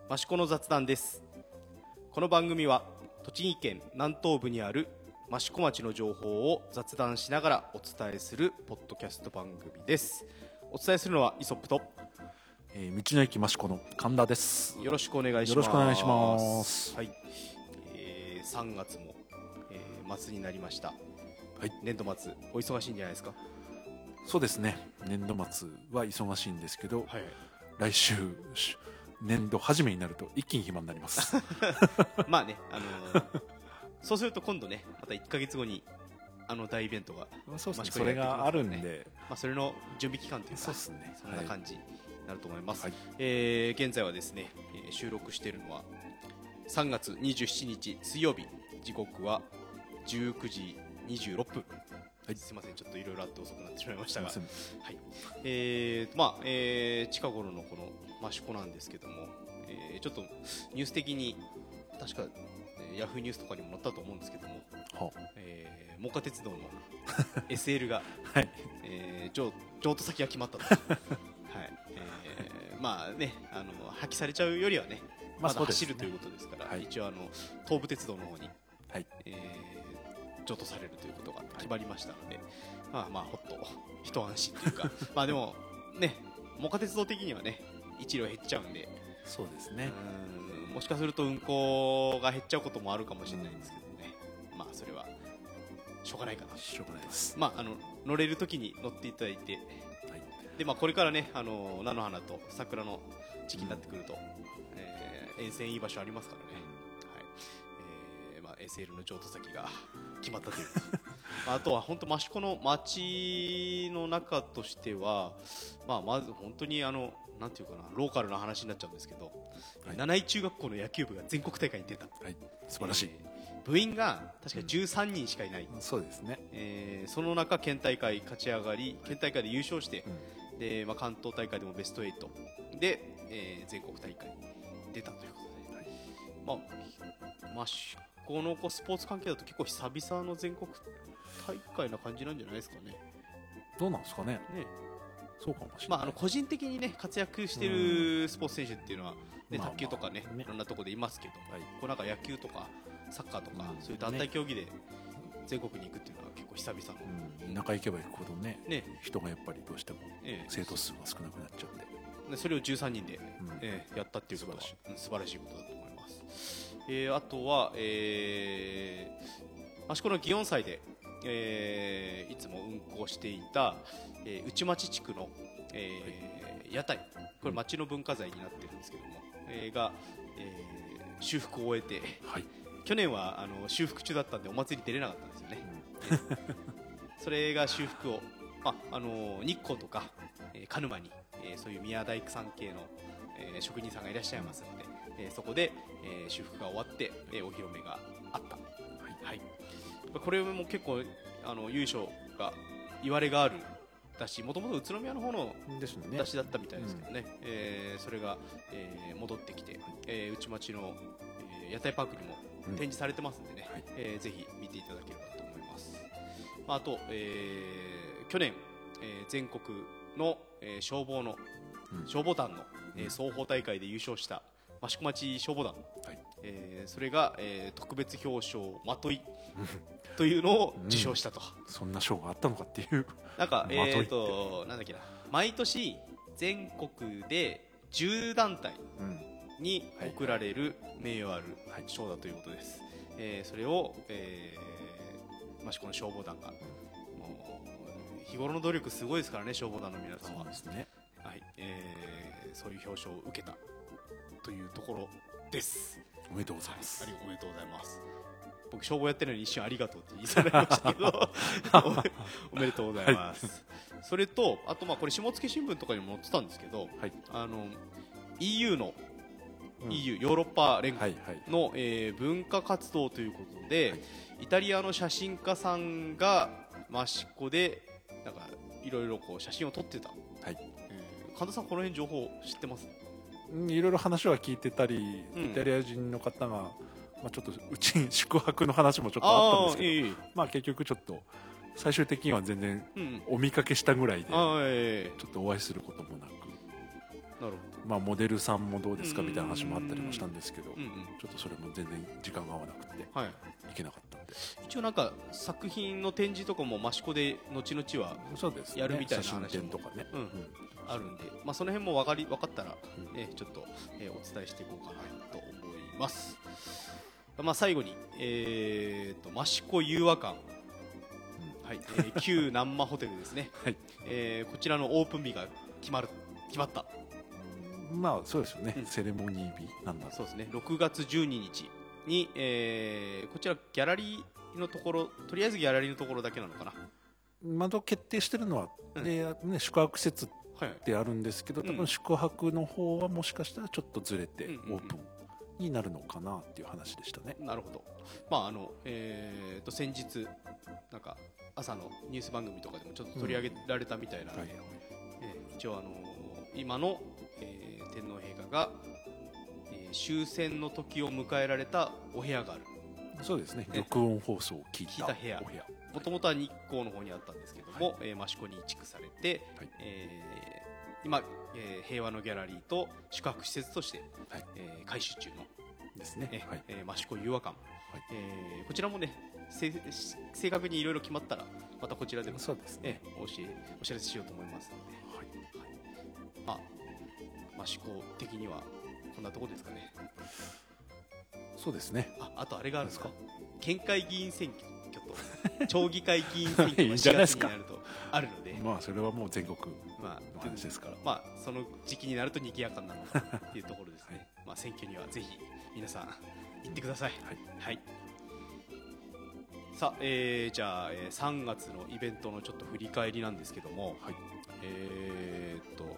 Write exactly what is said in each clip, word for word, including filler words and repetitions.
益子の雑談です。この番組は栃木県南東部にある益子町の情報を雑談しながらお伝えするポッドキャスト番組です。お伝えするのはイソップと、 えー、道の駅益子の神田です。 よろしくお願いします。 よろしくお願いします。 はい、えー、さんがつも、えー、末になりました。 はい、 年度末お忙しいんじゃないですか？ そうですね、年度末は忙しいんですけど、 はい、 来週年度初めになると一気に暇になりますまあね、あのー、そうすると今度ね、またいっかげつごにあの大イベントがそうですね、それがあるんで、 まあ、それの準備期間というか、 そうですね、 そんな感じになると思います。 はい、 えー、現在はですね、えー、収録しているのはさんがつにじゅうしちにち水曜日、時刻はじゅうくじにじゅうろっぷん。はい、すいません、ちょっといろいろあって遅くなってしまいましたが、はい、えー、まあ、えー、近頃のこの益子なんですけども、えー、ちょっとニュース的に確か、えー、ヤフーニュースとかにも載ったと思うんですけども、はえー、真岡鉄道のエスエル が、はいえー、譲渡先が決まったと、はいえー、まあね、あの破棄されちゃうよりはね、まだ走るということですから、はい、一応あの東武鉄道の方に、はいえー、譲渡されるということが決まりましたので、はい、まあまあほっと一安心というかまあでもね、真岡鉄道的にはね一両減っちゃうんで、 そうですね、 うーんもしかすると運行が減っちゃうこともあるかもしれないんですけどね、うん、まあそれはしょうがないかな。 しょうがないです。 まああの乗れるときに乗っていただいて、はい、でまあこれからね、あの菜の花と桜の時期になってくると、うんえー、沿線いい場所ありますからね、はいえーまあ、エスエル の譲渡先が決まったというまあ、あとは本当益子の町の中としては、まあ、まず本当にあのなんていうかな、ローカルな話になっちゃうんですけど、はい、七井中学校の野球部が全国大会に出た、 はい、素晴らしい、 えー、部員が確かじゅうさんにんしかいない、 うん、そうですね、 えー、その中県大会勝ち上がり、県大会で優勝して、うんでまあ、関東大会でもベストはちで、えー、全国大会に出たということで、はいまあ、益子のこうスポーツ関係だと結構久々の全国大会な感じなんじゃないですかね。 どうなんですかね。ね、そうかもしれない。まあ、 あの個人的にね活躍しているスポーツ選手っていうのは、ね、卓球とかね、まあまあね、いろんなところでいますけど、はい、こうなんか野球とかサッカーとか、うん、そういう団体競技で全国に行くっていうのは結構久々の、 うん、中行けば行くほどね、ね人がやっぱりどうしても生徒数が少なくなっちゃうんで、 でそれをじゅうさんにんで、うんえー、やったっていうことは素晴らしい、素晴らしいことだと思います。えー、あとは、えー、益子の祇園祭でえー、いつも運行していた、えー、内町地区の、えー、屋台、これ町の文化財になってるんですけども、えー、が、えー、修復を終えて、はい、去年はあの修復中だったんでお祭り出れなかったんですよね、うん、それが修復を、まあの日光とか、えー、鹿沼に、えー、そういう宮大工さん系の、えー、職人さんがいらっしゃいますので、えー、そこで、えー、修復が終わって、えー、お披露目があった、はいはいこれも結構あの優勝が言われがあるだし、もともと宇都宮の方の出しだったみたいですけどね、うんえー、それが、えー、戻ってきて、えー、内町の、えー、屋台パークにも展示されてますんでね、うんえー、ぜひ見ていただければと思います。まあ、あと、えー、去年、えー、全国の、えー、消防の、うん、消防団の、えー、双方大会で優勝した益子町消防団、はいえー、それが、えー、特別表彰まといというのを受賞したと、 うん、そんな賞があったのかっていうなんかえーとなんだっけな、毎年全国でじゅうだんたいに贈られる名誉ある賞だということです、はいえー、それを、えー、益子の消防団がもう日頃の努力すごいですからね、消防団の皆さんは。そうですね、はいえー、そういう表彰を受けたというところです。 おめでとうございます、 はい、おめでとうございます。僕消防やってるのに一瞬ありがとうって言いそうになりましたけどおめでとうございます、はい、それとあとまあこれ下野新聞とかにも載ってたんですけど、はい、あの イーユー の、うん、イーユー ヨーロッパ連合の、はいはいえー、文化活動ということで、はい、イタリアの写真家さんが益子でなんかいろいろこう写真を撮ってた、はいえー、神田さんこの辺情報知ってます？ いろいろ話は聞いてたり、うん、イタリア人の方がまあ、ちょっとうちに宿泊の話もちょっとあったんですけど、いいまあ、結局ちょっと最終的には全然お見かけしたぐらいで、ちょっとお会いすることもなく、 なるほど、 まあ、モデルさんもどうですかみたいな話もあったりもしたんですけど、 うんうん、 ちょっとそれも全然時間が合わなくて、はい、いけなかったんで、 一応なんか作品の展示とかも益子で後々はやるみたいな話も、 写真展とかね、うんうん、 あるんで、まあ、その辺も分かり分かったら、ね、うん、ちょっと、えー、お伝えしていこうかなと思います。まあ、最後に、えー、と益子融和館、うん、はい、えー、旧南マホテルですね、はい、えー、こちらのオープン日が決まる決まった。 まあそうですよね、うん、セレモニー日なんだ。 そうですね、ろくがつじゅうににちに、えー、こちらギャラリーのところ、とりあえずギャラリーのところだけなのかな。 まだ決定してるのは、うんでね、宿泊施設ってあるんですけど、はい、多分宿泊の方はもしかしたらちょっとずれてオープンになるのかなっていう話でしたね。 うんうんうん、なるほど。まああのえー、と先日なんか朝のニュース番組とかでもちょっと取り上げられたみたいなので、うん、はい、えー、一応あのー、今の、えー、天皇陛下が、えー、終戦の時を迎えられたお部屋がある。 そうですね、録音放送を聞いた部屋、もともとは日光の方にあったんですけども、はい、えー、益子に移築されて、はい、えー、今、えー、平和のギャラリーと宿泊施設として、はい、えー、改修中のですね、えーはい、えー、益子融和館、はい、えー、こちらもね正確にいろいろ決まったらまたこちらでもそうですね、 えー、おしお知らせしようと思いますので、はいはい、まあ益子的にはこんなところですかね。 そうですね。 あ、あとあれがあるんですか。県会議員選挙と町議会議員選挙がしがつになるとあるのでまあそれはもう全国の話ですから、 まあ、まあその時期になると賑やかになるのかなっていうところですね。はい、まあ選挙にはぜひ皆さん行ってください。はい、はい、さあ、えー、じゃあ、えー、さんがつのイベントのちょっと振り返りなんですけども、はい、えー、っと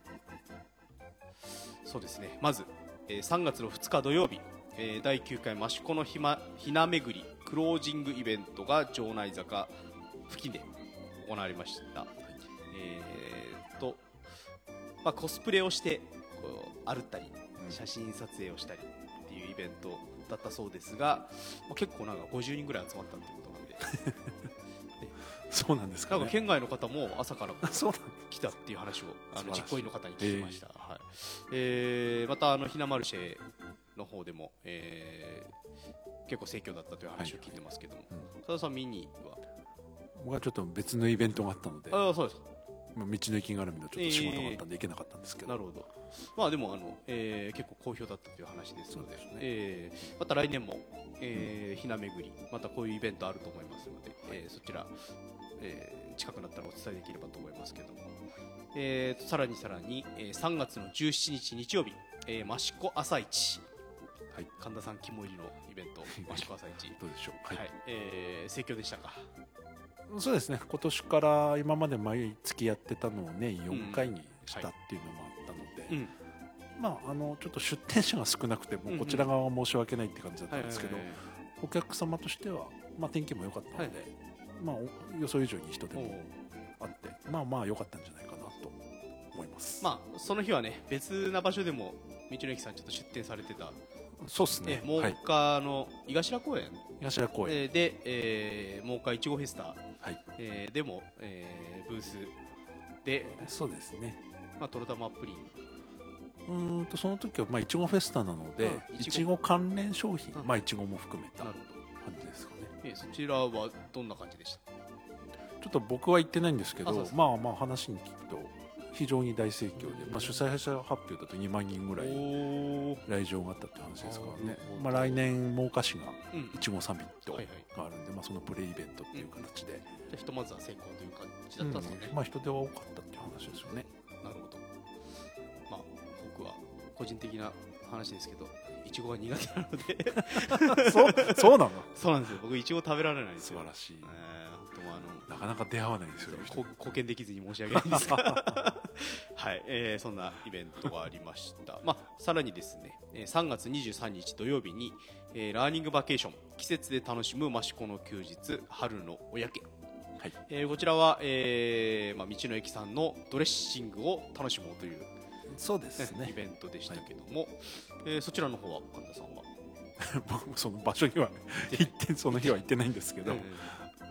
そうですね、まず、えー、さんがつのふつか土曜日、えー、だいきゅうかい益子のひまひなめぐりクロージングイベントが城内坂付近で行われました。えー、っと、まあ、コスプレをしてこう歩ったり写真撮影をしたりっていうイベントだったそうですが、まあ、結構なんかごじゅうにんぐらい集まったってことなんでそうなんですかね。 なんか県外の方も朝から来たっていう話をあの実行委員の方に聞きました。えーはい、えー、またあのひなマルシェの方でも、えー、結構盛況だったという話を聞いてますけども、はい、うん、多田さん見には僕はちょっと別のイベントがあったので、 ああそうです、 道の駅絡みのちょっと仕事があったんで行けなかったんですけど、 えー、なるほど。まあでもあの、えー、結構好評だったという話ですので、ね、えー、また来年も、えー、ひなめぐりまたこういうイベントあると思いますので、えー、そちら、えー、近くなったらお伝えできればと思いますけども、えー、さらにさらに、えー、さんがつのじゅうしちにち日曜日、えー、益子朝市、はい、神田さん肝入りのイベント益子朝市どうでしょう、はい、はい、 えー、盛況でしたか。 そうですね、今年から今まで毎月やってたのをねよんかいにしたっていうのもあったので、うん、はい、まああのちょっと出店者が少なくてもこちら側は申し訳ないって感じだったんですけど、お客様としては、まあ、天気も良かったので、はい、まあ、予想以上に人でもあってまあまあ良かったんじゃないかなと思います。 まあその日はね別な場所でも道の駅さんちょっと出店されてた。 そうですね、 真岡の井頭公園、 井頭公園で、えー、真岡いちごフェスタ、はい、えー、でも、えー、ブースで、 そうですね、 まあ、トロタマプリン、 うんとその時はまあいちごフェスタなので、いちご関連商品、まあいちごも含めた感じですかね。 えー、そちらはどんな感じでした？ ちょっと僕は行ってないんですけど、まあまあ話に聞くと非常に大盛況で、まあ、主催者発表だとにまんにんぐらい来場があったって話ですからね。まあ、来年真岡市がいちごサミットがあるんで、まあ、そのプレイベントっていう形で、うん、 じゃひとまずは成功という感じだったんですかね。 うん、まあ、人手は多かったっていう話ですよね。 なるほど。まあ僕は個人的な話ですけどいちごが苦手なのでそうそうなのそうなんですよ。僕いちご食べられないんですよ。 素晴らしい、 えー、ともあのなかなか出会わないですよね。 貢献できずに申し訳ないんですがはい、えー、そんなイベントがありました。まあ、さらにですねさんがつにじゅうさんにち土曜日に、えー、ラーニングバケーション季節で楽しむ益子の休日春のおやけ、はい、えー、こちらは、えーまあ、道の駅さんのドレッシングを楽しもうという、 そうですね、 イベントでしたけども、はい、えー、そちらの方は神田さんは僕もその場所には行ってその日は行ってないんですけど、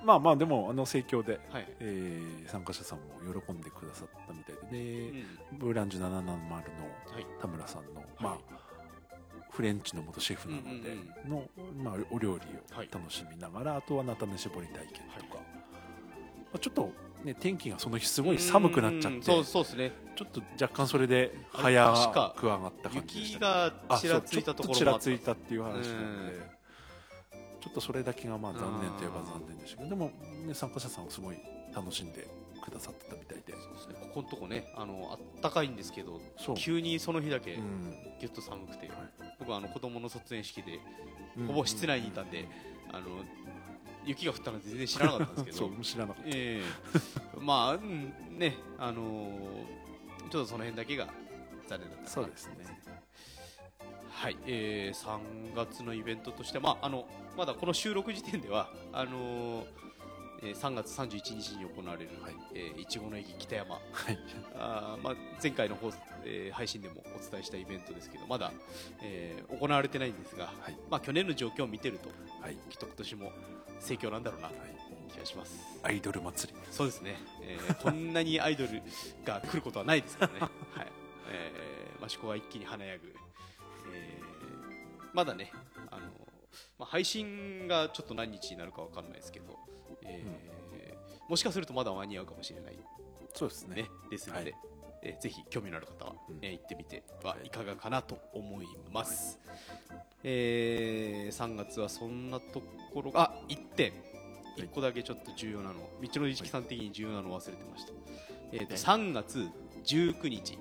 まあまあでもあの盛況で、 はい、 えー、参加者さんも喜んでくださったみたいで、で、 うん、 ブーランジュなななまるの田村さんの、はい、まあフレンチの元シェフなのでの、まあ、お料理を楽しみながら、はい、あとは菜種絞り体験とか、はい、まあ、ちょっと、ね、天気がその日すごい寒くなっちゃって、 そうそうですね、 ちょっと若干それで早く上がった感じでした、 雪がちらついたところもあった、 ちらついたっていう話なので、ちょっとそれだけがまあ残念といえば残念でしたけど、でも、ね、参加者さんはすごい楽しんでくださってたみたいで、 そうですね、ここのとこね、あのあったかいんですけど、急にその日だけぎゅっと寒くて、うん、僕はあの子供の卒園式でほぼ室内にいたんで、あの雪が降ったの全然知らなかったんですけどそう知らなかった、 えー、まあ、うん、ね、あのー、ちょっとその辺だけが残念だった。 そうですね。 はい、えー、さんがつのイベントとして、まあ、あのまだこの収録時点ではあのーえー、さんがつさんじゅういちにちに行われる、はい、えー、いちごの駅北山、はい、あ、まあ、前回の放送、えー、配信でもお伝えしたイベントですけど、まだ、えー、行われてないんですが、はい、まあ、去年の状況を見てると、はい、きっと今年も盛況なんだろうなという気がします。 アイドル祭り、 そうですね、えー、こんなにアイドルが来ることはないですからね、はい、えー、益子が一気に華やぐ、えー、まだね、あの、まあ、配信がちょっと何日になるか分かんないですけど、えーうん、もしかするとまだ間に合うかもしれない、 そうですね、 ですので、はい、えー、ぜひ興味のある方は、うん、えー、行ってみてはいかがかなと思います、はい、えー、さんがつはそんなところ、あ、いってんいっこだけちょっと重要なの、道の一木さん的に重要なのを忘れてました、はい、えー、とさんがつじゅうくにち、うん、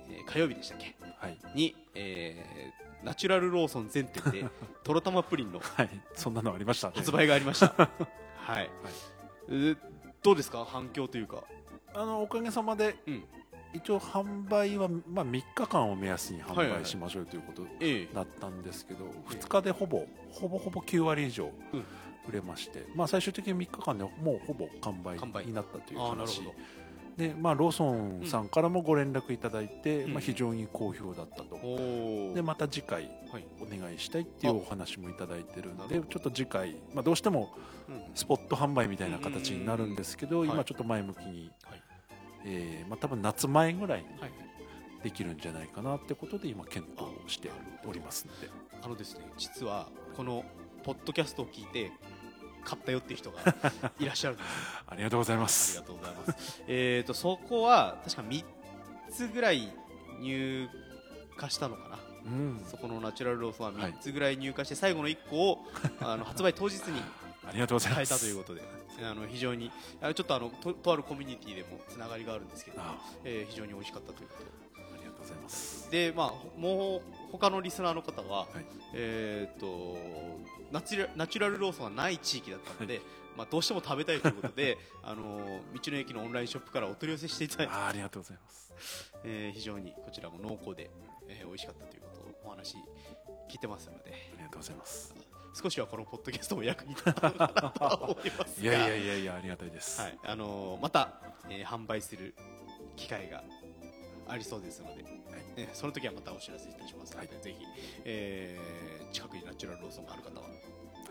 えー、火曜日でしたっけ、はい、に、えー、ナチュラルローソン全店でとろたまプリンの、 はい、そんなのありました、ね、 発売がありましたはい、はい、えー、どうですか、反響というか。 あのおかげさまで、うん、一応販売は、まあ、みっかかんを目安に販売しましょうということだったんですけど、ふつかでほぼほぼほぼきゅうわり以上売れまして、まあ、最終的にみっかかんでもうほぼ完売になったという話で、まあ、ローソンさんからもご連絡いただいて、うん、まあ、非常に好評だったと、うん、でまた次回お願いしたいっていうお話もいただいてるんで、ちょっと次回、まあ、どうしてもスポット販売みたいな形になるんですけど、今ちょっと前向きに、はい、えーまあ、多分夏前ぐらいにできるんじゃないかなってことで今検討しておりますので、 あのですね、実はこのポッドキャストを聞いて買ったよっていう人がいらっしゃるんですありがとうございます。 ありがとうございますえとそこは確かみっつぐらい入荷したのかな、うん、そこのナチュラルローソンはみっつぐらい入荷して、最後のいっこをあの発売当日にありがとうございます。 変えたということで、あの非常にちょっとあの と, とあるコミュニティでもつながりがあるんですけど、えー、非常に美味しかったということありがとうございます。 で、まあ、もう他のリスナーの方は、はい、えー、とナチュラナチュラルローソンがない地域だったので、はい、まあ、どうしても食べたいということであの道の駅のオンラインショップからお取り寄せしていただいて、 あ, ありがとうございます、 えー、非常にこちらも濃厚で、えー、美味しかったということをお話聞いてますので、 ありがとうございます。 少しはこのポッドキャストも役に立ったのかなとは思いますがいやいやいやいや、ありがたいです、 はい、あのー、また、えー、販売する機会がありそうですので、はい、ね、その時はまたお知らせいたしますので、はい、ぜひ、えー、近くにナチュラルローソンがある方は、はい、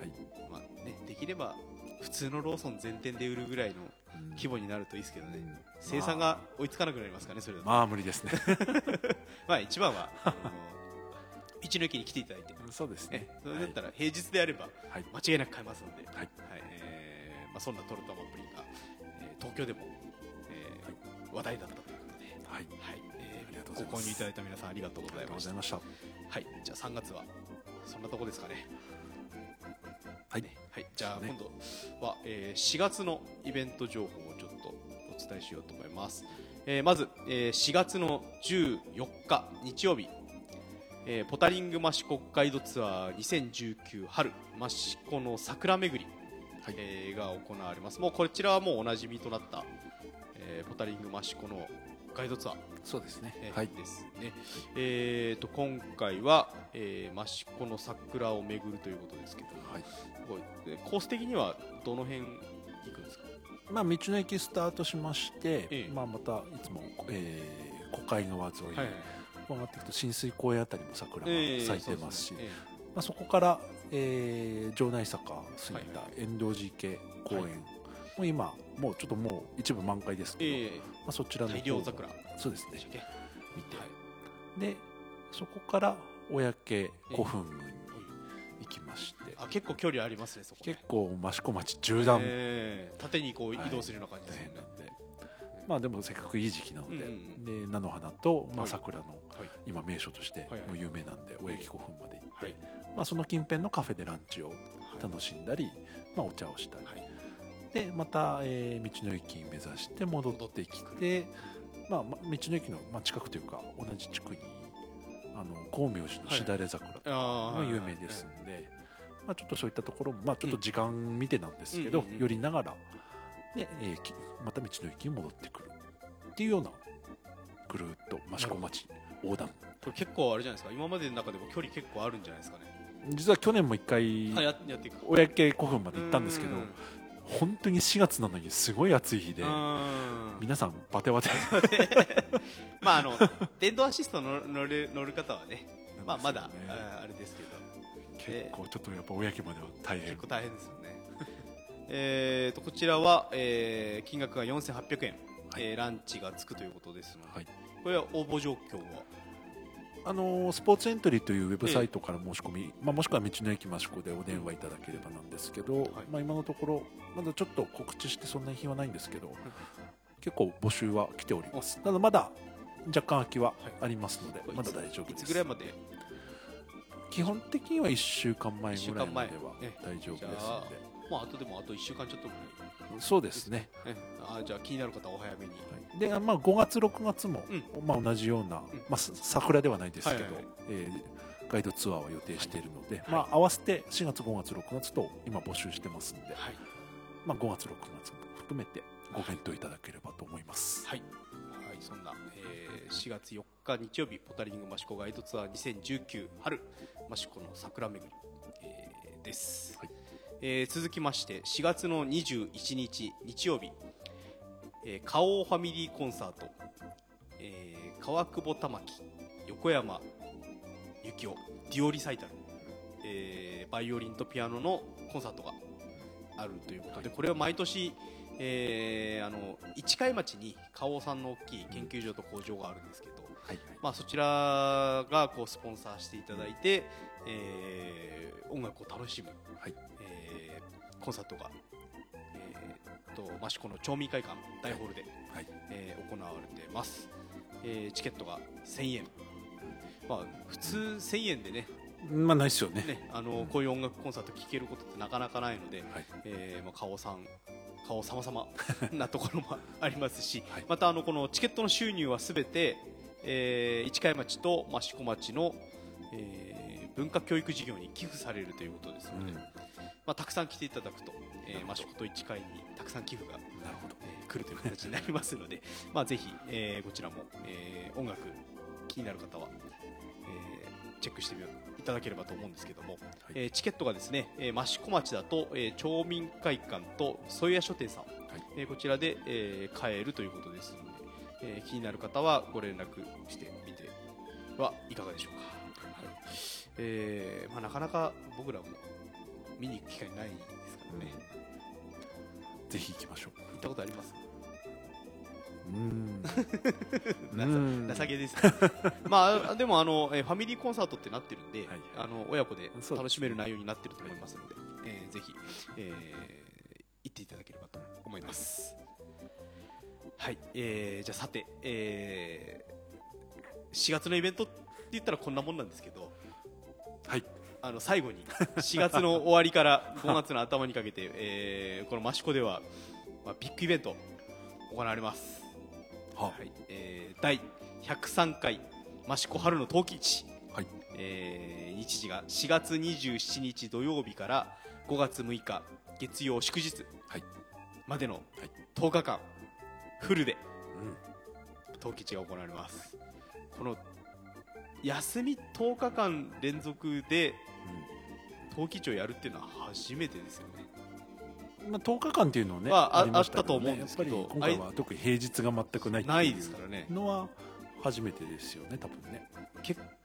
まあね、できれば普通のローソン全店で売るぐらいの規模になるといいですけどね、うん、生産が追いつかなくなりますかね、それだと。 まあ無理ですねまあ一番はあのー、道の駅に来ていただいて、 そうですね、 それだったら平日であれば間違いなく買えますので、はい、はい、えーまあ、そんなトロタマプリンが、えー、東京でも、えーはい、話題だったということで、はいはい、えー、ご購入いただいた皆さんありがとうございました。 ました。 はい、じゃあさんがつはそんなとこですかね。 はい、 ね、はい、じゃあ今度は、えー、しがつのイベント情報をちょっとお伝えしようと思います。えー、まず、えー、しがつのじゅうよっか日曜日、えー、ポタリング益子ガイドツアーにせんじゅうきゅう春益子の桜巡り、はい、えー、が行われます。もうこちらはもうおなじみとなった、えー、ポタリング益子のガイドツアー、 そうですね、 えー、はい、ですね。えー、と今回は、えー、益子の桜を巡るということですけど、はい、すごいコース的にはどの辺行くんですか。 まあ、道の駅スタートしまして、えーまあ、またいつも、えー、小海川沿い、はいはい、上がっていくと親水公園あたりも桜が咲いてますし、えーあ、そこから、えー、城内坂過ぎた遠藤寺池公園、はい、もう今もうちょっともう一部満開ですけど、えーまあ、そちらの大漁桜そうですね見て、はい、でそこから小焼古墳に行きまして、 えー、あ結構距離ありますねそこね。 結構益子町縦断、 えー、縦にこう移動するような感じですね、はい、 なんでまあでもせっかくいい時期なので、うんうん、で菜の花と、まあ、桜の今名所としてもう有名なんで小焼古墳まで行って、はい、まあ、その近辺のカフェでランチを楽しんだり、まあ、お茶をしたり、はい、でまた、えー、道の駅目指して戻ってきて、まあ、道の駅の、まあ、近くというか同じ地区にあの光明寺のしだれ桜が有名ですんで、はい、まあ、ちょっとそういったところも、まあ、ちょっと時間見てなんですけど、うん、寄りながらで、えー、また道の駅に戻ってくるっていうようなぐるっと益子町横断。 これ結構あれじゃないですか、今までの中でも距離結構あるんじゃないですかね。 実は去年もいっかい小焼古墳まで行ったんですけど、本当にしがつなのにすごい暑い日で皆さんバテバテまああの電動アシストの乗る乗る方はね、まあまだあれですけど、 結構ちょっとやっぱ小焼までは大変、 結構大変ですよねえとこちらは、えー、金額がよんせんはっぴゃくえん、はい、えー、ランチがつくということですので、はい、これは応募状況はあのー、スポーツエントリーというウェブサイトから申し込み、ええ、まあ、もしくは道の駅益子でお電話いただければなんですけど、はい、まあ、今のところまだちょっと告知してそんなに日はないんですけど、結構募集は来ております。ただまだ若干空きはありますので、はい、まだ大丈夫です。 いつぐらいまで？ 基本的にはいっしゅうかんまえぐらいまでは大丈夫ですので、 まあ、あとでもあといっしゅうかんちょっとぐらい。 そうですね。 あ、じゃあ気になる方はお早めに。 はい、で、まあ、ごがつろくがつも、うん、まあ、同じような、うん、まあ、桜ではないですけど、はいはいはい、えー、ガイドツアーを予定しているので、はい、まあ、合わせてしがつごがつろくがつと今募集してますんで、はい、まあ、ごがつろくがつも含めてご検討いただければと思います。 はい、はい、そんな、えー、しがつよっか日曜日ポタリング益子ガイドツアーにせんじゅうきゅう春益子の桜巡り、えー、です。はい、えー、続きましてしがつのにじゅういちにち日曜日、えー、花王ファミリーコンサート、えー、川久保玉木横山幸雄デュオリサイタル、えー、バイオリンとピアノのコンサートがあるということで、これは毎年、えー、あの市貝町に花王さんの大きい研究所と工場があるんですけど、はいはい、まあ、そちらがこうスポンサーしていただいて、えー、音楽を楽しむ、はい、えー、コンサートが、えー、と益子の町民会館大ホールで、はい、えー、行われてます。えー、チケットがせんえん、まあ、普通せんえんでね、 まあないですよね。 ね、あの、うん、こういう音楽コンサート聴けることってなかなかないので、はい、えー、まあ、花王さん花王様々なところもありますし、はい、またあのこのチケットの収入はすべて、えー、市貝町と益子町の、えー、文化教育事業に寄付されるということですので、うん、まあ、たくさん来ていただくと、えー、益子と市貝にたくさん寄付が、なるほど、えー、来るという形になりますのでまあぜひ、えー、こちらも、えー、音楽気になる方は、えー、チェックしていただければと思うんですけども、はい、えー、チケットがですね、えー、益子町だと、えー、町民会館と添谷書店さん、はい、えー、こちらで、えー、買えるということですので、えー、気になる方はご連絡してみてはいかがでしょうか。はい、えーまあ、なかなか僕らも見に行く機会ないですからね、 うん、ぜひ行きましょう。 行ったことあります？ うーん情けです、ねまあ、でもあの、えー、ファミリーコンサートってなってるんで、はい、あの親子で楽しめる内容になってると思いますので、えー、ぜひ、えー、行っていただければと思います。はい、えー、じゃあさて、えー、しがつのイベントって言ったらこんなもんなんですけど、はい、あの最後にしがつの終わりからごがつの頭にかけて、えー、この益子では、まあ、ビッグイベント行われます。は、はい、えー、だいひゃくさんかい益子春の陶器市、はい、えー、日時がしがつにじゅうしちにち土曜日からごがつむいか月曜祝日までのとおかかんフルで陶器市が行われます。この休みとおかかん連続で陶器市をやるっていうのは初めてですよね。 まあ、とおかかんっていうのをね、 まあ、あ, あったと思うんですけど、 やっぱり今回は特に平日が全くないっていうないですからねのは初めてですよね、多分ね。 結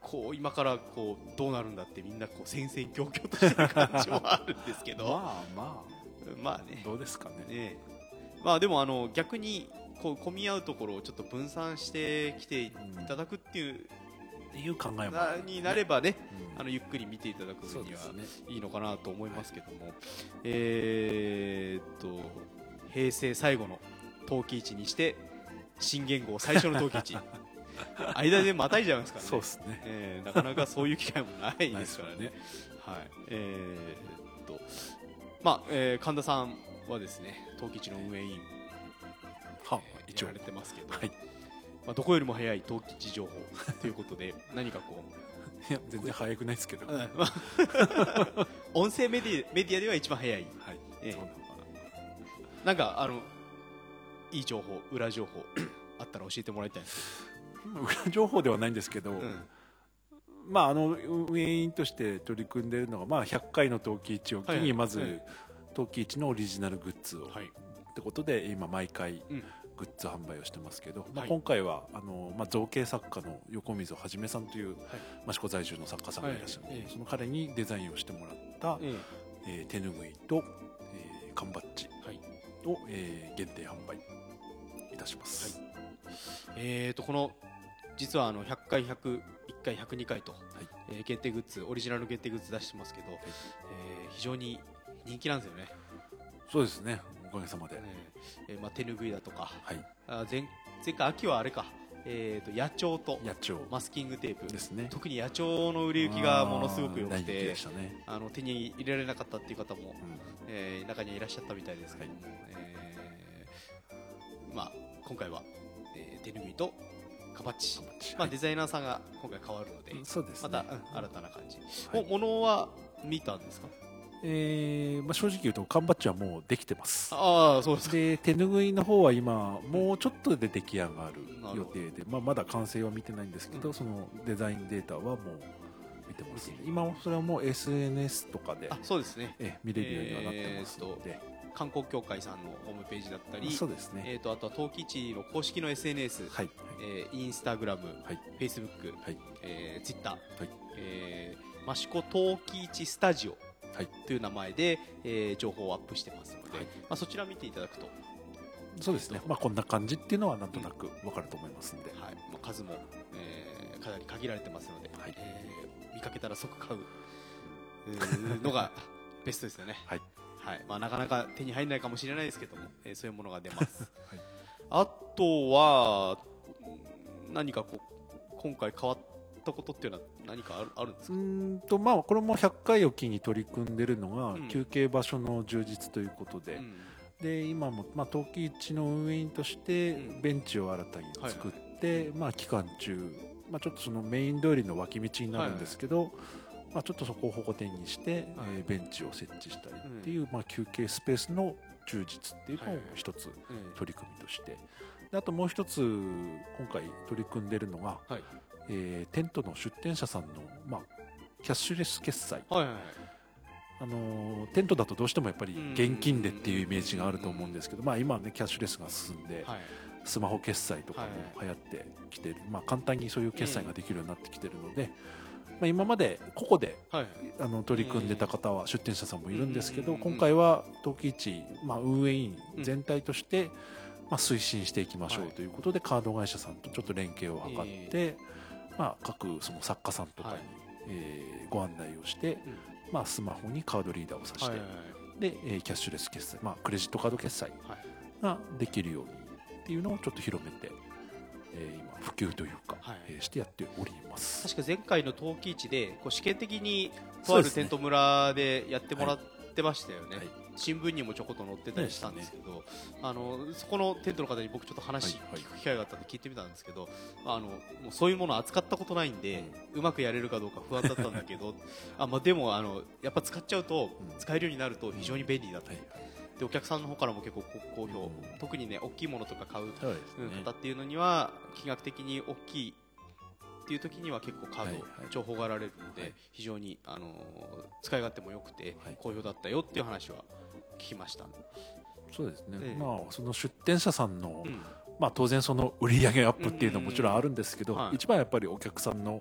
こう今からこうどうなるんだってみんなこう戦々恐々としてる感じもあるんですけどまあまあまあねどうですかね。 ねまあでもあの逆にこう混み合うところをちょっと分散してきていただくっていう、 うん、いう考えもなになればね、 うん、 あのゆっくり見ていただく分にはね、 いいのかなと思いますけども、はい、えー、っと平成最後の陶器市にして新元号最初の陶器市間でまたいじゃいますからね。 そうですね、 えー、なかなかそういう機会もないですからね。 ねはい、えー、っとまあ、えー、神田さんはですね陶器市の運営委員は、 えー、やられてますけど、 はい、 まあ、どこよりも早い陶器市情報ということで何かこういや全然早くないですけど音声メディアメディアでは一番早い、はい、えー、そうなのかな。なんかあのいい情報裏情報あったら教えてもらいたいんですけど裏情報ではないんですけど、うん、まああの運営員として取り組んでいるのが、まあ、ひゃっかいの陶器市を機にまず陶器市のオリジナルグッズを、はい、ってことで今毎回グッズ販売をしてますけど、うん、まあ、今回はあの、まあ、造形作家の横溝はじめさんという、はい、益子在住の作家さんがいらっしゃるので、はい、その彼にデザインをしてもらった、ええー、手ぬぐいと、えー、缶バッジを、はい、えー、限定販売いたします。はい、 えーとこの実はあのひゃっかいひゃくいっかいひゃくにかいと、はい、えー、限定グッズオリジナル限定グッズ出してますけど、はい、えー、非常に人気なんですよね。 そうですね、おかげさまで、 えーまあ、手ぬぐいだとか、 はい、 あ 前, 前回秋はあれか、えー、と野鳥と野鳥マスキングテープですね。 特に野鳥の売れ行きがものすごく良くて、 ね、 あの手に入れられなかったっていう方も、うん、えー、中にはいらっしゃったみたいですけども、はい、えーまあ、今回は、えー、手ぬぐいとカバッチ、まあ、デザイナーさんが今回変わるので、うん、 そうですね、 また、うん、新たな感じ、はい、ものは見たんですか？ えーまあ、正直言うと缶バッジはもうできてます。 ああ、そうですか。 で手ぬぐいの方は今もうちょっとで出来上がる予定で、まあ、まだ完成は見てないんですけど、うん、そのデザインデータはもう見てます、ね、今それはもう エスエヌエス とかで、 あ、そうですね、 え見れるようにはなってますので、 えー観光協会さんのホームページだったり、 そうですね、 えー、とあとは陶器市の公式の エスエヌエス、はい、えー、インスタグラム、はい、フェイスブック、はい、えー、ツイッター、はい、えー、益子陶器市スタジオという名前で、えー、情報をアップしてますので、はい、まあ、そちら見ていただくと、 そうですね、まあ、こんな感じっていうのはなんとなく分かると思いますので、 うん、はい、まあ、数も、えー、かなり限られてますので、はい、えー、見かけたら即買うのがベストですよね。はい、はい、まあ、なかなか手に入らないかもしれないですけども、えー、そういうものが出ます、はい、あとは何かこう今回変わったことっていうのは何かあ る, あるんですか？ うんと、まあ、これもひゃっかいを機に取り組んでいるのが、うん、休憩場所の充実ということで、うん、で今も、まあ、陶器市の運営員としてベンチを新たに作って、はいはい、まあ、期間中、まあ、ちょっとそのメイン通りの脇道になるんですけど、はいはい、まあ、ちょっとそこを保護点にして、はい、えー、ベンチを設置したりっていう、うん、まあ、休憩スペースの充実っていうのを一つ取り組みとして、であともう一つ今回取り組んでいるのが、はい、えー、テントの出店者さんの、まあ、キャッシュレス決済、はいはいはい、あのー、テントだとどうしてもやっぱり現金でっていうイメージがあると思うんですけど、まあ、今はねキャッシュレスが進んで、はい、スマホ決済とかも流行ってきて、まあ、簡単にそういう決済ができるようになってきているので、まあ、今まで個々で、はい、あの取り組んでた方は出店者さんもいるんですけど、今回は陶器市、まあ、運営員全体として、まあ、推進していきましょうということで、カード会社さんとちょっと連携を図って、まあ、各その作家さんとかに、えー、ご案内をして、まあ、スマホにカードリーダーをさして、で、えー、キャッシュレス決済、まあ、クレジットカード決済ができるようにっていうのをちょっと広めて、えー、今普及というか、はい、えー、してやっております。 確か前回の陶器市でこう試験的にとあるテント村でやってもらってましたよね。はいはい、新聞にもちょこっと載ってたりしたんですけど、ね、あのそこのテントの方に僕ちょっと話聞く機会があったんで聞いてみたんですけど、はいはい、あのもうそういうものを扱ったことないんで、うん、うまくやれるかどうか不安だったんだけどあ、まあ、でもあのやっぱ使っちゃうと、うん、使えるようになると非常に便利だと、うん、はいはい、でお客さんの方からも結構好評、うん、特にね大きいものとか買う、ね、方っていうのには金額的に大きいっていう時には結構カード重宝がられるので、はいはい、非常に、あのー、使い勝手も良くて好評だったよっていう話は聞きました。 そうですね、えー、まあ、その出店者さんの、うん、まあ、当然その売り上げアップっていうのはもちろんあるんですけど、はい、一番やっぱりお客さんの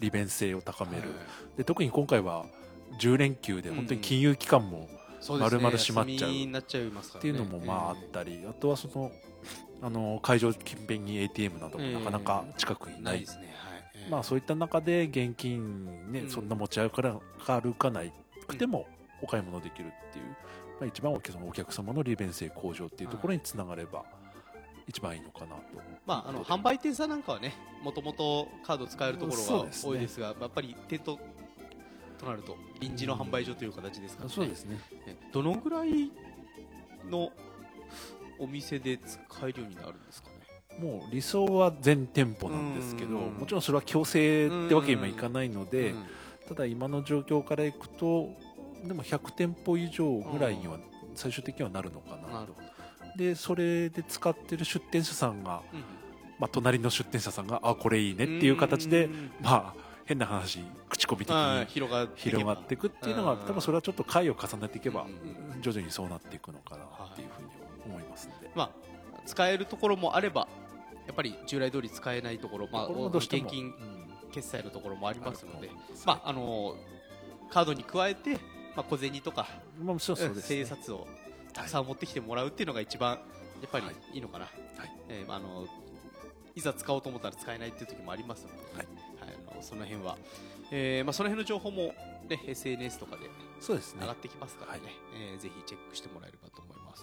利便性を高める、 はい、 で特に今回はじゅう連休で本当に金融機関も丸々閉まっちゃうっていうのもまああったり、あとはそのあの会場近辺に エーティーエム などもなかなか近くにない、まあそういった中で現金ね、そんな持ち歩かないくてもお買い物できるっていう、まあ、一番はそのお客様の利便性向上っていうところにつながれば一番いいのかなと。 まあ、あの販売店さんなんかはね、もともとカード使えるところが多いですが、やっぱり店頭となると臨時の販売所という形ですからね。 そうですね。 どのぐらいのお店で使えるようになるんですかね。 もう理想は全店舗なんですけど、もちろんそれは強制ってわけにもいかないので、ただ今の状況からいくとでもひゃく店舗以上ぐらいには最終的にはなるのかな。なるほど。でそれで使ってる出店者さんが、うん、まあ、隣の出店者さんがあこれいいねっていう形で、まあ変な話口コミ的に広がっていくっていうのが、多分それはちょっと回を重ねていけば徐々にそうなっていくのかなっていうふうに思いますので、 まあ、使えるところもあればやっぱり従来通り使えないところ、まあ、現金決済のところもありますので、まあ、あのカードに加えて、まあ、小銭とか千円札をたくさん持ってきてもらうっていうのが一番やっぱりいいのかな、はいはい、えー、あのいざ使おうと思ったら使えないっていう時もありますので、はいはい、あのその辺は、えーまあ、その辺の情報も、ね、エスエヌエス とかで上がってきますからね、はい、えー、ぜひチェックしてもらえればと思います。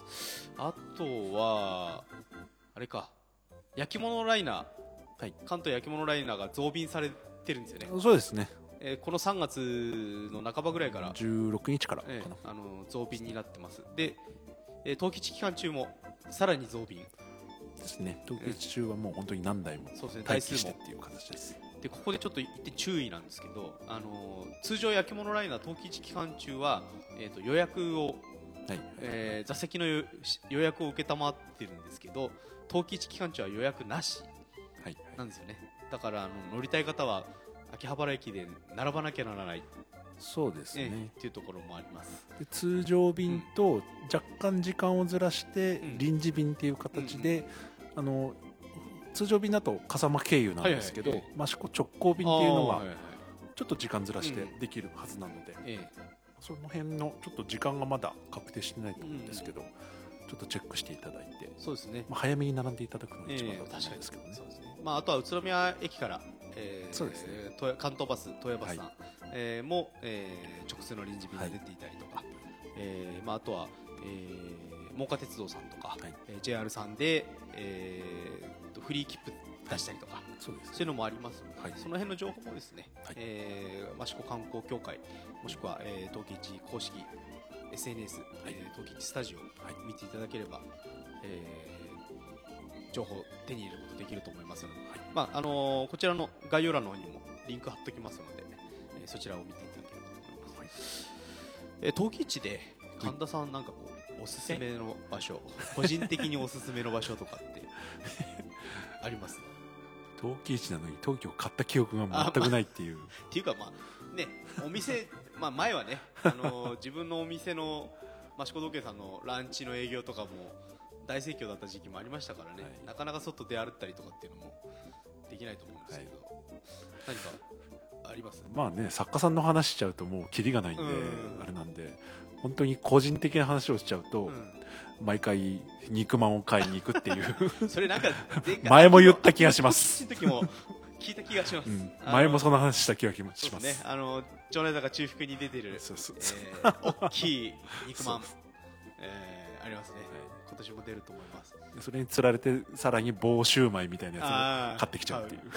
あとはあれか焼き物ライナー、はい、関東焼き物ライナーが増便されてるんですよね。 そうですね、 えー、このさんがつの半ばぐらいからじゅうろくにちからかな、 えー、あの増便になってます。で、えー、冬季期間中もさらに増便ですね。冬季中はもう本当に何台も待機してっていう形です。 でここでちょっと言って注意なんですけど、あのー、通常焼き物ライナー冬季期間中は、えー、と予約を、はい、えー、座席の予約を受けたまってるんですけど、冬季期間中は予約なしなんですよね。だからあの乗りたい方は秋葉原駅で並ばなきゃならない。 そうですね、 えー、っていうところもあります。 で通常便と若干時間をずらして臨時便っていう形で、うんうんうん、あの通常便だと笠間経由なんですけど、はいはい、益子直行便っていうのはちょっと時間ずらしてできるはずなので、うん、その辺のちょっと時間がまだ確定してないと思うんですけど、うん、ちょっとチェックしていただいて、 そうですね、 まあ、早めに並んでいただくのが一番だと思うんですけどね。 まあ、あとは宇都宮駅から、えー、そうですね、関東バス、東洋バスさん、はい、えー、も、えー、直通の臨時便が出ていたりとか、はい、えーまあ、あとは、えー、真岡鉄道さんとか、はい、えー、ジェイアール さんで、えー、フリー切符出したりとか、はい、そうですね、そういうのもありますので、はい、その辺の情報もですね、はい、えー、益子観光協会もしくは、えー、東京一公式 エスエヌエス、はい、えー、東京一スタジオ、はい、見ていただければ、えー、情報を手に入れることできると思いますので、はい、まああのー、こちらの概要欄の方にもリンク貼っておきますので、えー、そちらを見ていただければと思います。はい、えー、陶器市で神田さんなんかこうおすすめの場所、個人的におすすめの場所とかってあります？ 陶器市なのに陶器を買った記憶が全くないっていう。 まあ、っていうかまあね、お店まあ前はね、あのー、自分のお店の益子時計さんのランチの営業とかも大盛況だった時期もありましたからね、はい、なかなか外出歩ったりとかっていうのもできないと思うんですけど、はい、何かあります？ まあね、作家さんの話しちゃうともうキリがないんで、うん、あれなんで本当に個人的な話をしちゃうと、うん、毎回肉まんを買いに行くっていうそれなんか前も言った気がします。 時も聞いた気がします、うん、 前もその話した気がします。 そうですね、あの町内坂中腹に出てるそうそうそう、えー、大きい肉まんえー、ありますね、はい、今年も出ると思います。 それにつられてさらに棒シューマイみたいなやつを買ってきちゃうっていう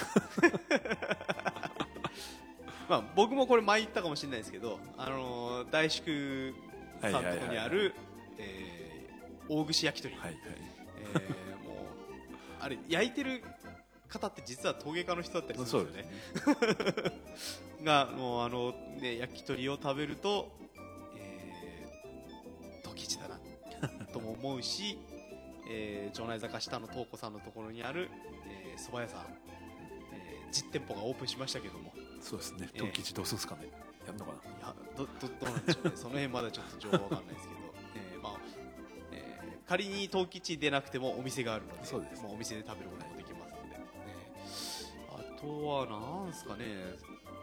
まあ僕もこれ前言ったかもしれないですけど、あのー、大宿さんのところにある大串焼き鳥、はいはい、えー、もうあれ焼いてる方って実は陶芸家の人だったりするんですよね。がもうあのね焼き鳥を食べると、えー、陶器市だなとも思うし、えー、町内坂下の東子さんのところにある、えー、蕎麦屋さん、えー、実店舗がオープンしましたけども、 そうですね。陶器市どうするんですかね。やるのかな。いやど, ど, どうなんでしょうね。その辺まだちょっと情報わかんないですけど、えーまあえー、仮に陶器市でなくてもお店があるので、そうです、まあ、お店で食べることもできますので、ね、あとはなんですかね。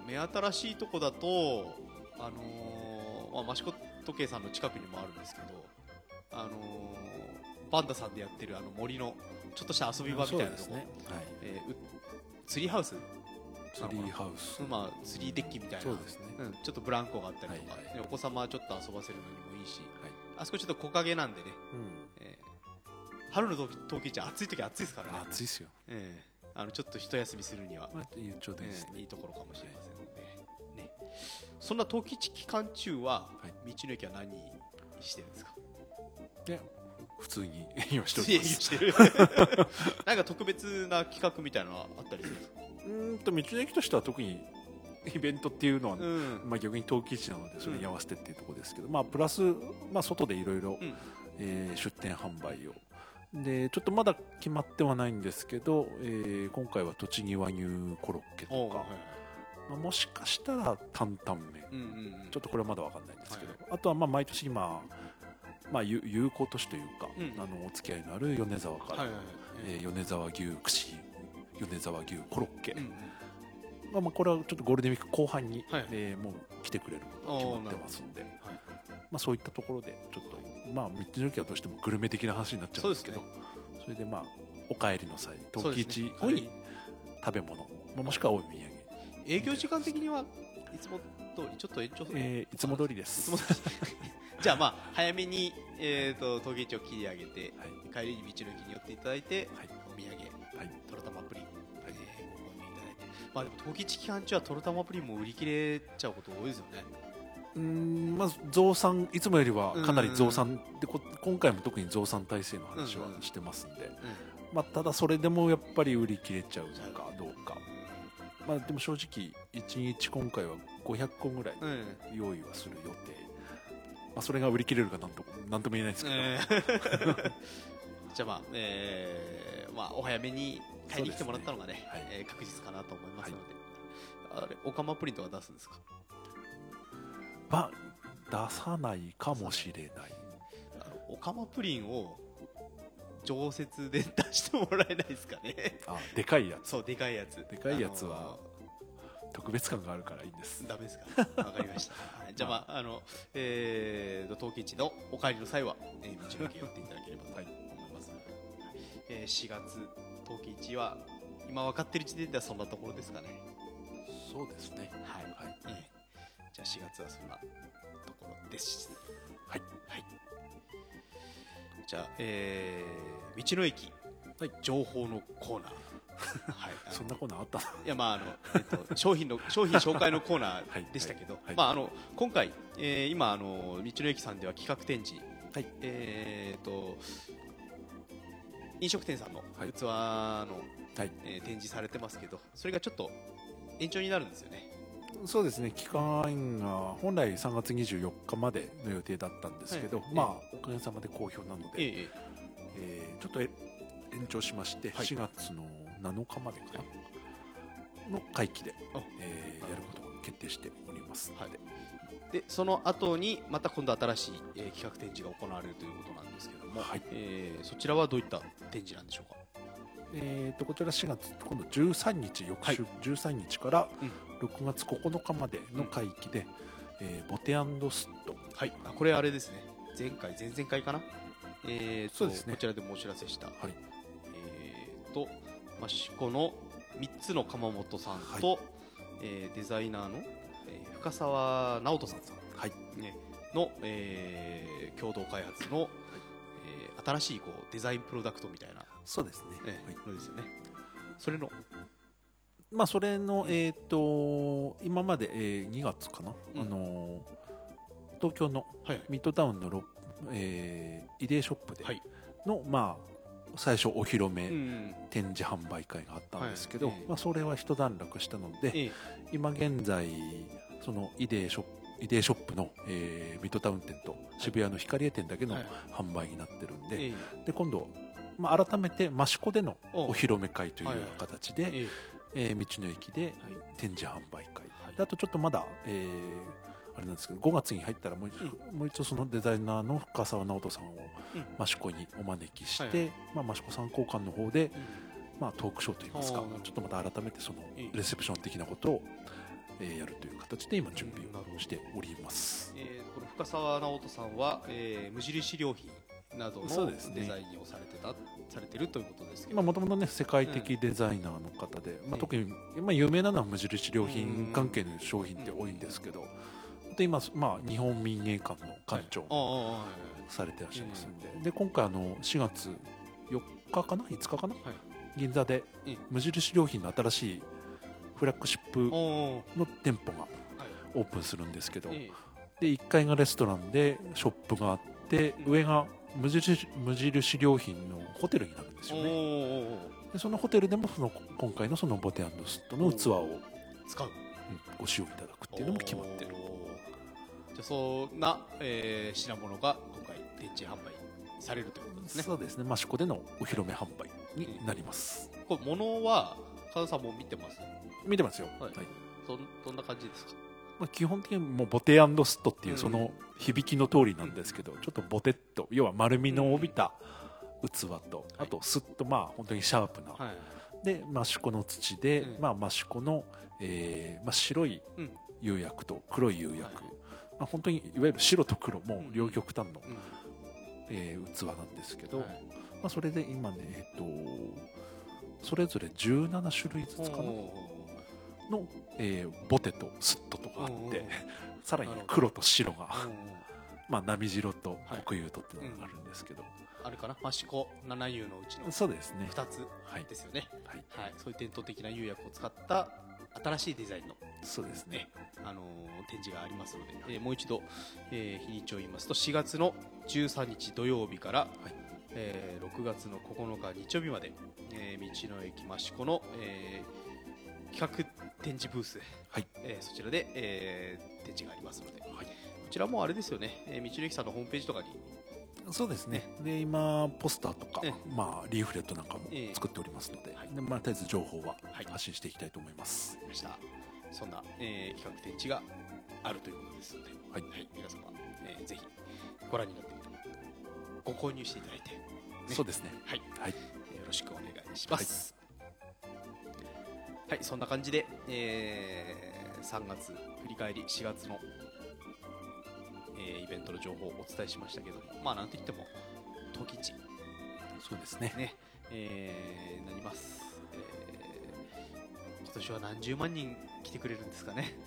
目新しいとこだと、あのーまあ、益子時計さんの近くにもあるんですけど、あのー、バンダさんでやってるあの森のちょっとした遊び場みたいなとこ、ね、はい、えー、ツリーハウスツリーハウス、 まあ、ツリーデッキみたいな、そうですね、うん、ちょっとブランコがあったりとか、はいはい、お子様はちょっと遊ばせるのにもいいし、はい、あそこちょっと木陰なんでね、うん、えー、春の陶器市は暑い時は暑いですからね。 暑いですよ、 えー、あのちょっと一休みするには、 まあ、ちょうどいいですね、 えー、いいところかもしれませんので、ね、そんな陶器市期間中は、はい、道の駅は何してるんですか？ いや普通に営業しております。 してるなんか特別な企画みたいなのはあったりするんですか？ うんと道の駅としては特にイベントっていうのは、うん、まあ、逆に陶器市なのでそれに合わせてっていうところですけど、うん、まあ、プラス、まあ、外でいろいろ出店販売をでちょっとまだ決まってはないんですけど、えー、今回は栃木和牛コロッケとか、はい、まあ、もしかしたら担々麺、うんうんうん、ちょっとこれはまだ分かんないんですけど、はい、あとはまあ毎年今、まあ、友好都市というか、うん、あのお付き合いのある米沢から、はいはいはい、えー、米沢牛串米沢牛コロッケ、うんうん、まあ、まあこれはちょっとゴールデンウィーク後半に、はい、えー、もう来てくれることが決まってますんで、はい、まあ、そういったところでちょっと、まあ、道の駅はどうしてもグルメ的な話になっちゃうんですけど、 そうですね、それでまあお帰りの際陶器市後に食べ物、まあ、もしくはお土産、 営業時間的にはいつも通りちょっと延長する、 えー、いつも通りです。いつも通りじゃあまあ早めに、えー、と陶器市を切り上げて、はい、帰りに道の駅に寄っていただいて、はい、お土産、はい、トロタマプリン、はい、えー、ご購入いただいて、まあ、でも陶器市期間中はトロタマプリンも売り切れちゃうこと多いですよね。 うーん、まず増産いつもよりはかなり増産で、こ今回も特に増産体制の話はしてますんで、うんうん、まあ、ただそれでもやっぱり売り切れちゃうのかどうか、まあ、でも正直いちにち今回はごひゃっこぐらい用意はする予定、まあ、それが売り切れるかなんとなんとも言えないですけど、えー、 じゃあまあ、えーまあ、お早めに買いに来てもらったのが ね, ね、はい、えー、確実かなと思いますので、はい、あれオカマプリントは出すんですか？ まあ、出さないかもしれない。 あのオカマプリンを常設で出してもらえないですかね。 あ、でかいやつ。 そう、でかいやつ。 でかいやつは特別感があるからいいんです。 ダメですか？わかりました。じゃあ、まあ、あの、えー、陶器市のお帰りの際は、えー、道の駅寄っていただければと思います。はい、えー、しがつ陶器市は今分かっている時点ではそんなところですかね。 そうですね。 はい。はい、えー、じゃあしがつはそんなところです。はい。はい。じゃあ、えー、道の駅、はい、情報のコーナー。 はい、そんなコーナーあったの？いや、まあ、あの、えっと、商品の商品紹介のコーナーでしたけど、はいはい、まあ、あの今回、えー、今あの道の駅さんでは企画展示、はい、えー、と飲食店さんの器の、はい、えー、展示されてますけど、それがちょっと延長になるんですよね。 そうですね、期間が本来さんがつにじゅうよっかまでの予定だったんですけど、はい、まあ、おかげさまで好評なので、えーえー、ちょっと延長しまして、はい、しがつのなのかまでかな、はい、の会期で、えー、やることを決定しておりますので、はい、 でその後にまた今度新しい、えー、企画展示が行われるということなんですけども、はい、えー、そちらはどういった展示なんでしょうか？ えー、とこちらしがつ今度じゅうさんにち、翌週、はい、じゅうさんにちからろくがつここのかまでの会期で、うん、えー、ボテ&スット、 はい、あ、これあれですね、前回前々回かな、えー、とそうですね、こちらでもお知らせした、はい、えー、と益子のみっつの鎌本さんと、はい、えー、デザイナーの、えー、深澤直人さんさん、はい、ね、の、えー、共同開発の、はい、えー、新しいこうデザインプロダクトみたいな、 そうですね、 えー、のですよね。それのまあそれの、えー、と今まで、えー、にがつかな、うん、あの東京のミッドタウンのロ、えー、イデーショップでの、はい、まあ最初お披露目、うん、展示販売会があったんですけど、はい、まあ、それは一段落したので、えー、今現在そのイデーショップイデーショップの、えー、ミッドタウン店と渋谷の光栄店だけの販売になってるんで、はいはい、で今度、まあ、改めて益子でのお披露目会というような形で、はいはい、えー、道の駅で展示販売会、はい、であとちょっとまだ、えー、あれなんですけどごがつに入ったらもう一度、うん、もう一度そのデザイナーの深澤直人さんを益子にお招きして、はいはい、まあ、益子参考館の方で、うん、まあ、トークショーといいますか、ちょっとまた改めてそのレセプション的なことを、 えー、やるという形で今準備をしております。 えー、この深澤直人さんは、えー、無印良品などのデザインをされてた、ね、されてるということですけど、 もともとね世界的デザイナーの方で、うんまあ、特に、まあ、有名なのは無印良品関係の商品って多いんですけど、で今、まあ、日本民芸館の館長をされてらっしゃいますんで、はい、で今回あのしがつよっかかないつかかな、はい、銀座で無印良品の新しいフラッグシップの店舗がオープンするんですけど、でいっかいがレストランでショップがあって上が無印、無印良品のホテルになるんですよね。でそのホテルでもその今回のそのボテ&スットの器を使う、 うん、ご使用いただくっていうのも決まってる。 じゃあそんな、えー、品物が今回展示販売されるということですね。 そうですね、益子でのお披露目販売になります。 これ物は加藤さんも見てます？ 見てますよ。はい、はい、 そどんな感じですか？ まあ、基本的にもうボテ&スットっていうその響きの通りなんですけど、うん、ちょっとボテッと要は丸みの帯びた器と、うん、あとスッとまあ本当にシャープな、はい、で益子の土で、うん、まあ益子の、えーまあ、白い釉薬と黒い釉薬、はい、まあ、本当にいわゆる白と黒も両極端の、うん、えー、器なんですけど、はい、まあ、それで今ね、えっと、それぞれじゅうななしゅるいずつかなの、えー、ボテとスットとかあってさらに黒と白がまあ波白と黒釉とっていうのがあるんですけど、はい、 うん、あれかな益子七釉のうちのそうですねふたつですよね、はいはいはい、そういう伝統的な釉薬を使った新しいデザインのそうですね、 あのー、展示がありますので、えー、もう一度、えー、日にちを言いますとしがつのじゅうさんにち土曜日から、はい、えー、ろくがつのここのか日曜日まで、えー、道の駅益子の、えー、企画展示ブース、はい、えー、そちらで、えー、展示がありますので、はい、こちらもあれですよね、えー、道の駅さんのホームページとかにそうですね、で今ポスターとか、まあ、リーフレットなんかも作っておりますので、えーでまあ、とりあえず情報は発信していきたいと思います。 はい、したそんな、えー、企画展示があるということですので、はいはい、皆様、えー、ぜひご覧になってご購入していただいて、ね、 そうですね、 はいはい、よろしくお願いします。はい、はい、そんな感じで、えー、さんがつ振り返りしがつのえー、イベントの情報をお伝えしましたけども、まあなんといっても陶器市そうですね、 ね、えー、なります、えー、今年は何十万人来てくれるんですかね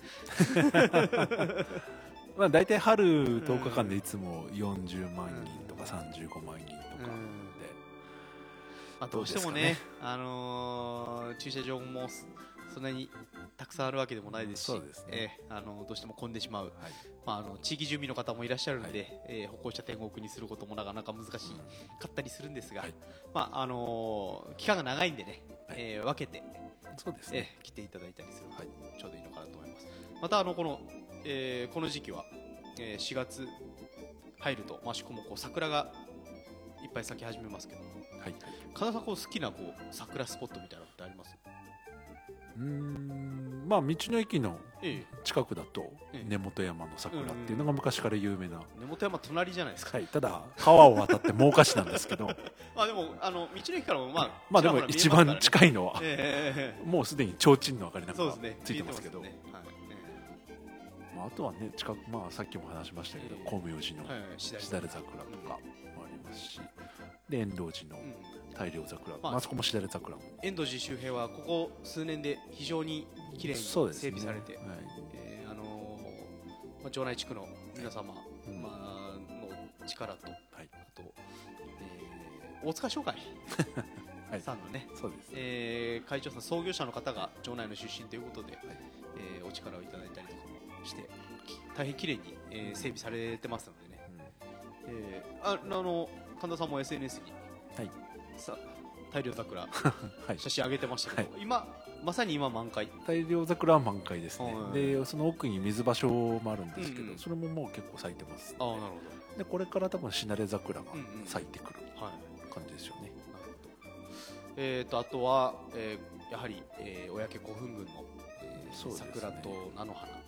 まあ大体春とおかかんでいつもよんじゅうまんにんとかさんじゅうごまんにんとかで、 まあ、どうしてもね、ね、あのー、駐車場もそんなにたくさんあるわけでもないですし、そうですね、えー、あのどうしても混んでしまう、はい、まあ、あの地域住民の方もいらっしゃるので、はい、えー、歩行者天国にすることもなかなか難しかったりするんですが、はい、まああのー、期間が長いんでね、はい、えー、分けてそうですね、 えー、来ていただいたりするとちょうどいいのかなと思います。またあのこの、えー、この時期は、えー、しがつ入ると益子もこう桜がいっぱい咲き始めますけど、はい、金沢こう好きなこう桜スポットみたいなのってあります？ うーん、まあ道の駅の近くだと根本山の桜っていうのが昔から有名な、 根本山隣じゃないですか、 はい、ただ川を渡って真岡市なんですけどまあでもあの道の駅からもまあまあでも一番近いのは、えー、もうすでに提灯の明かりなんかついてますけど、まあ、あとはね近く、まあ、さっきも話しましたけど光明寺のしだれ桜とかもありますし、で遠藤寺の大漁桜、まあ、あそこもしだれ桜も、 遠藤寺周辺はここ数年で非常にきれいに整備されて、ね、はい、えー、あのーまあ、城内地区の皆様、はい、まあ、の力と、はい、あと、えー、大塚商会さんのね、はい、そうです、えー、会長さん、創業者の方が城内の出身ということで、はい、えー、お力をいただいたりとかもして大変きれいに、えー、整備されてますのでね、うん、えー、あ, あの神田さんも エスエヌエス に、はい、さ大量桜、はい、写真上げてましたけど、はい、今まさに今満開、 大量桜は満開ですね、うん、でその奥に水場所もあるんですけど、うんうん、それももう結構咲いてます。あ、なるほど。でこれから多分しだれ桜が咲いてくる感じですよね、うんうん、はい、なるほど。 えーとあとは、えー、やはり、えー、小焼古墳群の、えーね、桜と菜の花、はい、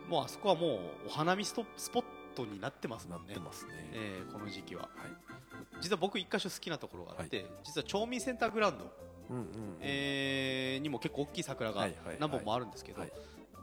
もうあそこはもうお花見ストスポットになってますもんね。 なってますね、 えー、この時期は、はい、実は僕一箇所好きなところがあって、はい、実は町民センターグラウンド、うんうんうん、えー、にも結構大きい桜が何本もあるんですけど、はいはいはい、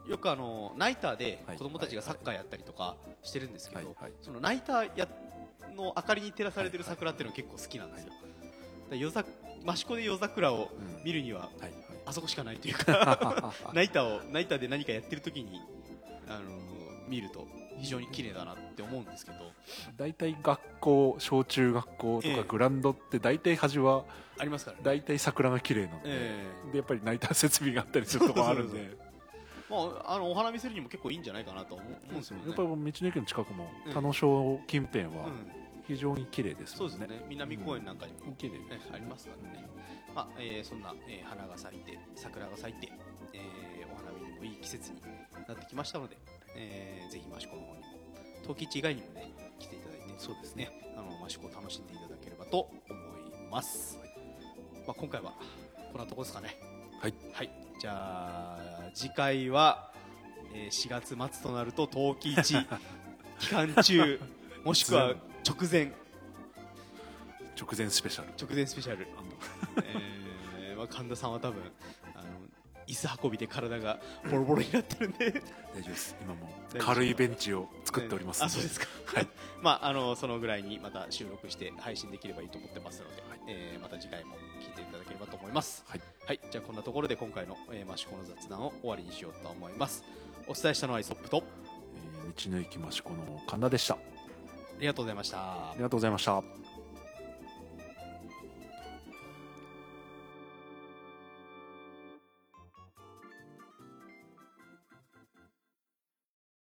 よくあのナイターで子供たちがサッカーやったりとかしてるんですけど、 はいはい、 そのナイターやの明かりに照らされてる桜っていうのが結構好きなんですよ。夜ざ益子で夜桜を見るには、うんはいはい、あそこしかないというかナイターをナイターで何かやってる時に、あのー、見ると非常に綺麗だなって思うんですけど、 大体学校小中学校とかグラウンドって大体端はありますからね。 大体桜が綺麗なので、えー、でやっぱりナイター設備があったりするところあるんでまあ、あのお花見するにも結構いいんじゃないかなと思うんですよね。 やっぱり道の駅の近くも田野町近辺は非常に綺麗ですもんね。 そうですね。南公園なんかにも、 うん、綺麗、ね、 ありますからね。まあえー、そんな、えー、花が咲いて桜が咲いて、えー、お花見にもいい季節になってきましたので、えー、ぜひ益子の方にも陶器市以外にもね来ていただいて、そうですね、あの益子を楽しんでいただければと思います。はい、まあ、今回はこんなところですかね。 はい、 はい、じゃあ次回は、えー、しがつ末となると陶器市期間中もしくは直前直前スペシャル直前スペシャルえーまあ、神田さんは多分あの椅子運びで体がボロボロになってるんで大丈夫です。今も軽いベンチを作っておりますので、 あ、そうですかはいまあ、あのそのぐらいにまた収録して配信できればいいと思ってますので、はい、えー、また次回も聞いていただければと思います。はい、はい、じゃあこんなところで今回の、えー、益子の雑談を終わりにしようと思います。お伝えしたのはイソップと、 えー、道の駅益子の神田でした。ありがとうございました。 ありがとうございました。